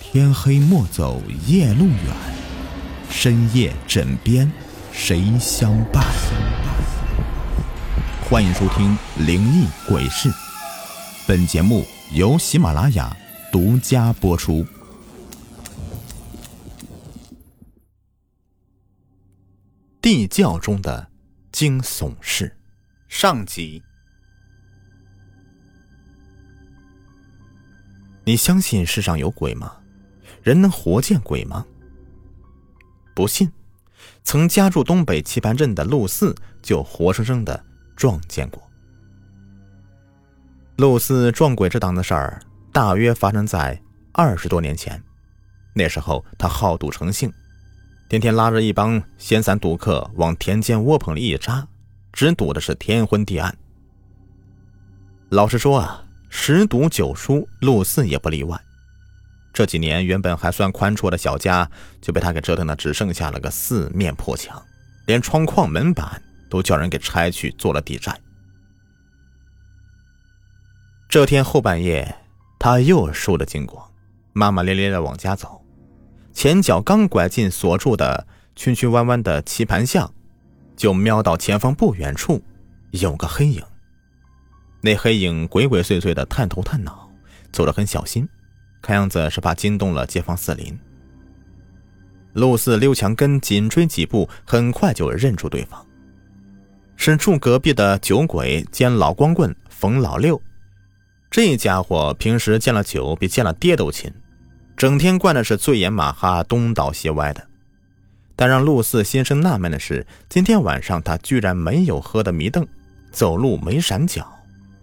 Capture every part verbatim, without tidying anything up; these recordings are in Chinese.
天黑莫走夜路远，深夜枕边谁相伴？欢迎收听灵异鬼事，本节目由喜马拉雅独家播出。地窖中的惊悚事上集。你相信世上有鬼吗？人能活见鬼吗？不信，曾家住东北棋盘镇的陆四就活生生的撞见过。陆四撞鬼这档子事儿大约发生在二十多年前。那时候他好赌成性，天天拉着一帮闲散赌客往田间窝棚里一扎，只赌的是天昏地暗。老实说啊，十赌九输，陆四也不例外。这几年原本还算宽绰的小家就被他给折腾的只剩下了个四面破墙，连窗框门板都叫人给拆去做了抵债。这天后半夜，他又输得精光，骂骂咧咧的往家走，前脚刚拐进所住的曲曲弯弯的棋盘巷，就瞄到前方不远处有个黑影。那黑影鬼鬼祟祟的探头探脑，走得很小心，看样子是怕惊动了街坊四邻。陆四溜墙根紧追几步，很快就认出对方，是住隔壁的酒鬼兼老光棍冯老六。这家伙平时见了酒比见了爹都亲，整天惯的是醉眼马哈，东倒西歪的。但让陆四心生纳闷的是，今天晚上他居然没有喝的迷瞪，走路没闪脚。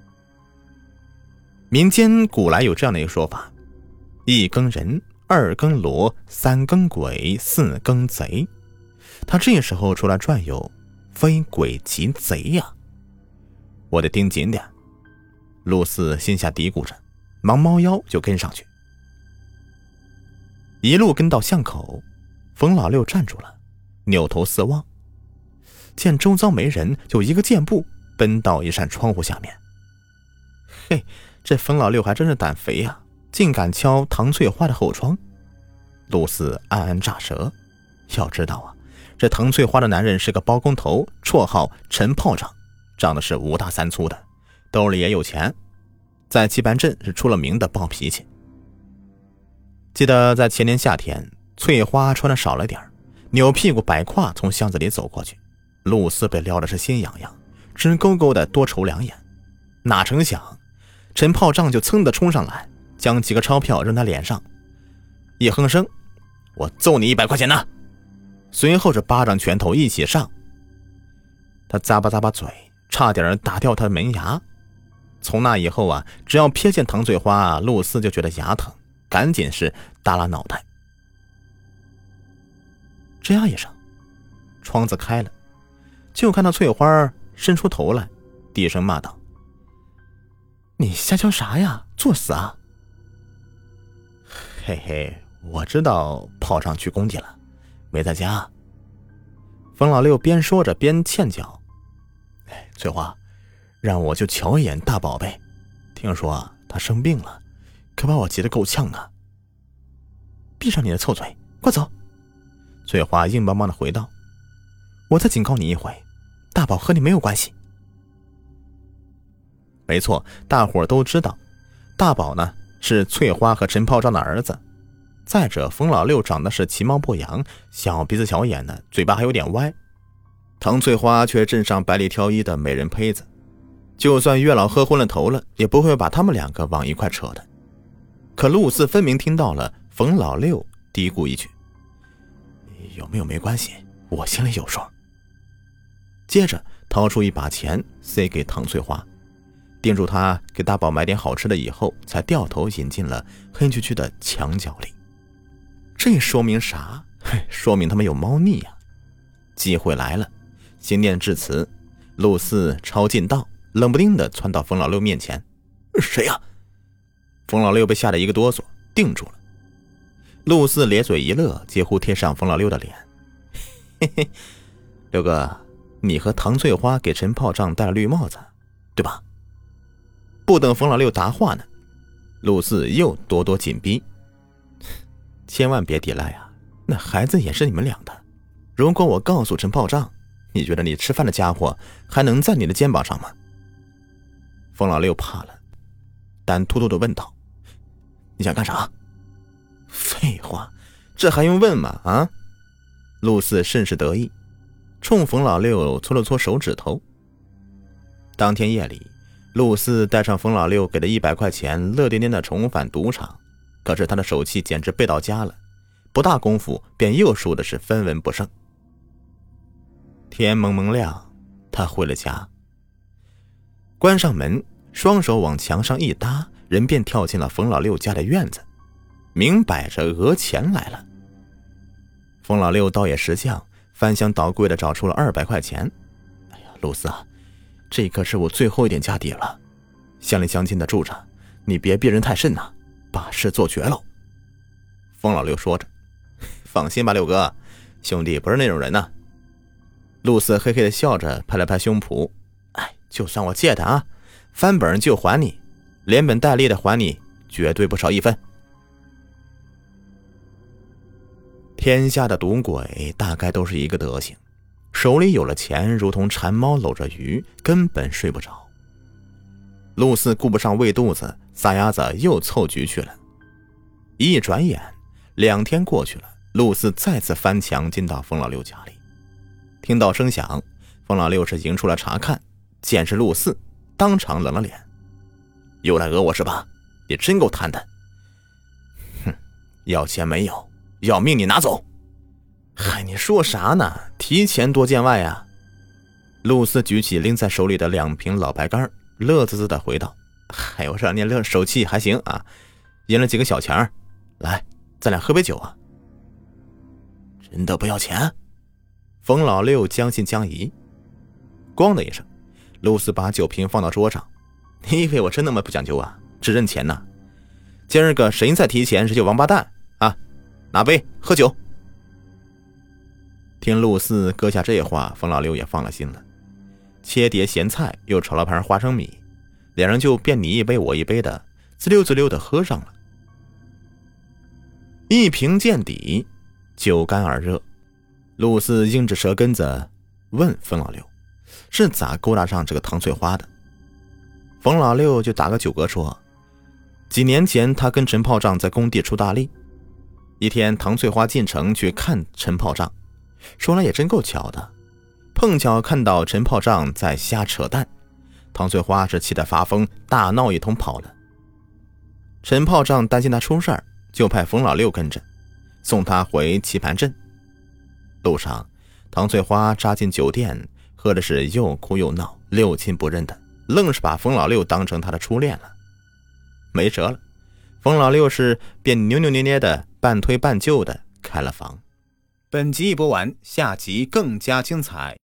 民间古来有这样的一个说法，一更人，二更罗，三更鬼，四更贼。他这时候出来转悠，非鬼即贼呀！我得盯紧点。陆四心下嘀咕着，忙猫腰就跟上去。一路跟到巷口，冯老六站住了，扭头四望，见周遭没人，就一个箭步奔到一扇窗户下面。嘿，这冯老六还真是胆肥呀，竟敢敲唐翠花的后窗。陆四暗暗炸舌，要知道啊，这唐翠花的男人是个包工头，绰号陈炮仗，长得是五大三粗的，兜里也有钱，在棋盘镇是出了名的暴脾气。记得在前年夏天，翠花穿的少了点，扭屁股摆胯从巷子里走过去，陆四被撩的是心痒痒，直勾勾的多瞅两眼。哪成想陈炮仗就噌的冲上来，将几个钞票扔他脸上，一哼声，我揍你一百块钱呢！随后这巴掌拳头一起上，他咂巴咂巴嘴，差点打掉他的门牙。从那以后啊，只要瞥见唐翠花，陆四就觉得牙疼，赶紧是耷拉脑袋。吱呀一声，窗子开了，就看到翠花伸出头来，低声骂道：你瞎瞧啥呀，作死啊！嘿嘿，我知道炮仗去工地了，没在家。冯老六边说着边欠脚：哎，翠花，让我就瞧一眼大宝贝，听说啊他生病了，可把我急得够呛啊！闭上你的臭嘴，快走！翠花硬邦邦的回道：我再警告你一回，大宝和你没有关系。没错，大伙都知道，大宝呢是翠花和陈炮仗的儿子。再者，冯老六长得是其貌不扬，小鼻子小眼的，嘴巴还有点歪。唐翠花却镇上百里挑一的美人胚子，就算月老喝昏了头了，也不会把他们两个往一块扯的。可陆四分明听到了冯老六嘀咕一句：有没有没关系，我心里有数。接着掏出一把钱塞给唐翠花，叮嘱他给大宝买点好吃的以后，才掉头引进了黑黢黢的墙角里。这说明啥？说明他们有猫腻呀、啊！机会来了，心念至此，陆四抄近道，冷不丁的窜到冯老六面前。谁呀、啊？冯老六被吓得一个哆嗦，定住了。陆四咧嘴一乐，几乎贴上冯老六的脸。嘿嘿，六哥，你和唐翠花给陈炮仗戴了绿帽子，对吧？不等冯老六答话呢，陆四又咄咄紧逼。 千万别抵赖啊，那孩子也是你们俩的。如果我告诉陈炮仗，你觉得你吃饭的家伙还能在你的肩膀上吗？冯老六怕了，胆突突地问道：你想干啥？废话，这还用问吗？啊！陆四甚是得意，冲冯老六搓了搓手指头。当天夜里，陆四带上冯老六给的一百块钱，乐颠颠地重返赌场。可是他的手气简直背到家了，不大功夫便又输的是分文不剩。天蒙蒙亮，他回了家，关上门，双手往墙上一搭，人便跳进了冯老六家的院子，明摆着讹钱来了。冯老六倒也识相，翻箱倒柜的找出了二百块钱。哎呀，陆四啊，这可是我最后一点家底了，乡里乡亲的住着，你别逼人太甚呐，把事做绝喽。冯老六说着。放心吧，六哥，兄弟不是那种人呐。陆四嘿嘿的笑着，拍了拍胸脯，哎，就算我借的啊，翻本就还你，连本带利的还你，绝对不少一分。天下的赌鬼大概都是一个德行，手里有了钱，如同馋猫搂着鱼，根本睡不着。陆四顾不上喂肚子，撒丫子又凑局去了。一转眼，两天过去了，陆四再次翻墙进到冯老六家里。听到声响，冯老六是迎出来查看，见是陆四，当场冷了脸：又来讹我是吧？你真够贪的。哼，要钱没有，要命你拿走。嗨，你说啥呢？提钱多见外啊。陆四举起拎在手里的两瓶老白干，乐滋滋的回道：嗨，我让你这手气还行啊，赢了几个小钱，来，咱俩喝杯酒啊。真的不要钱？冯老六将信将疑。咣的一声，陆四把酒瓶放到桌上。你以为我真那么不讲究啊？只认钱呢？今儿个谁再提钱谁就王八蛋啊！拿杯喝酒。听陆四搁下这话，冯老六也放了心了，切碟咸菜，又炒了盘花生米，两人就便你一杯我一杯的滋溜滋溜的喝上了。一瓶见底，酒干耳热。陆四硬着舌根子问冯老六是咋勾搭上这个唐翠花的。冯老六就打个酒嗝说，几年前他跟陈炮仗在工地出大力，一天唐翠花进城去看陈炮仗，说来也真够巧的，碰巧看到陈炮仗在瞎扯淡，唐翠花是气得发疯，大闹一通跑了。陈炮仗担心他出事儿，就派冯老六跟着送他回棋盘镇。路上唐翠花扎进酒店，喝的是又哭又闹，六亲不认的，愣是把冯老六当成他的初恋了。没辙了，冯老六是便扭扭捏捏的半推半就的开了房。本集已播完，下集更加精彩。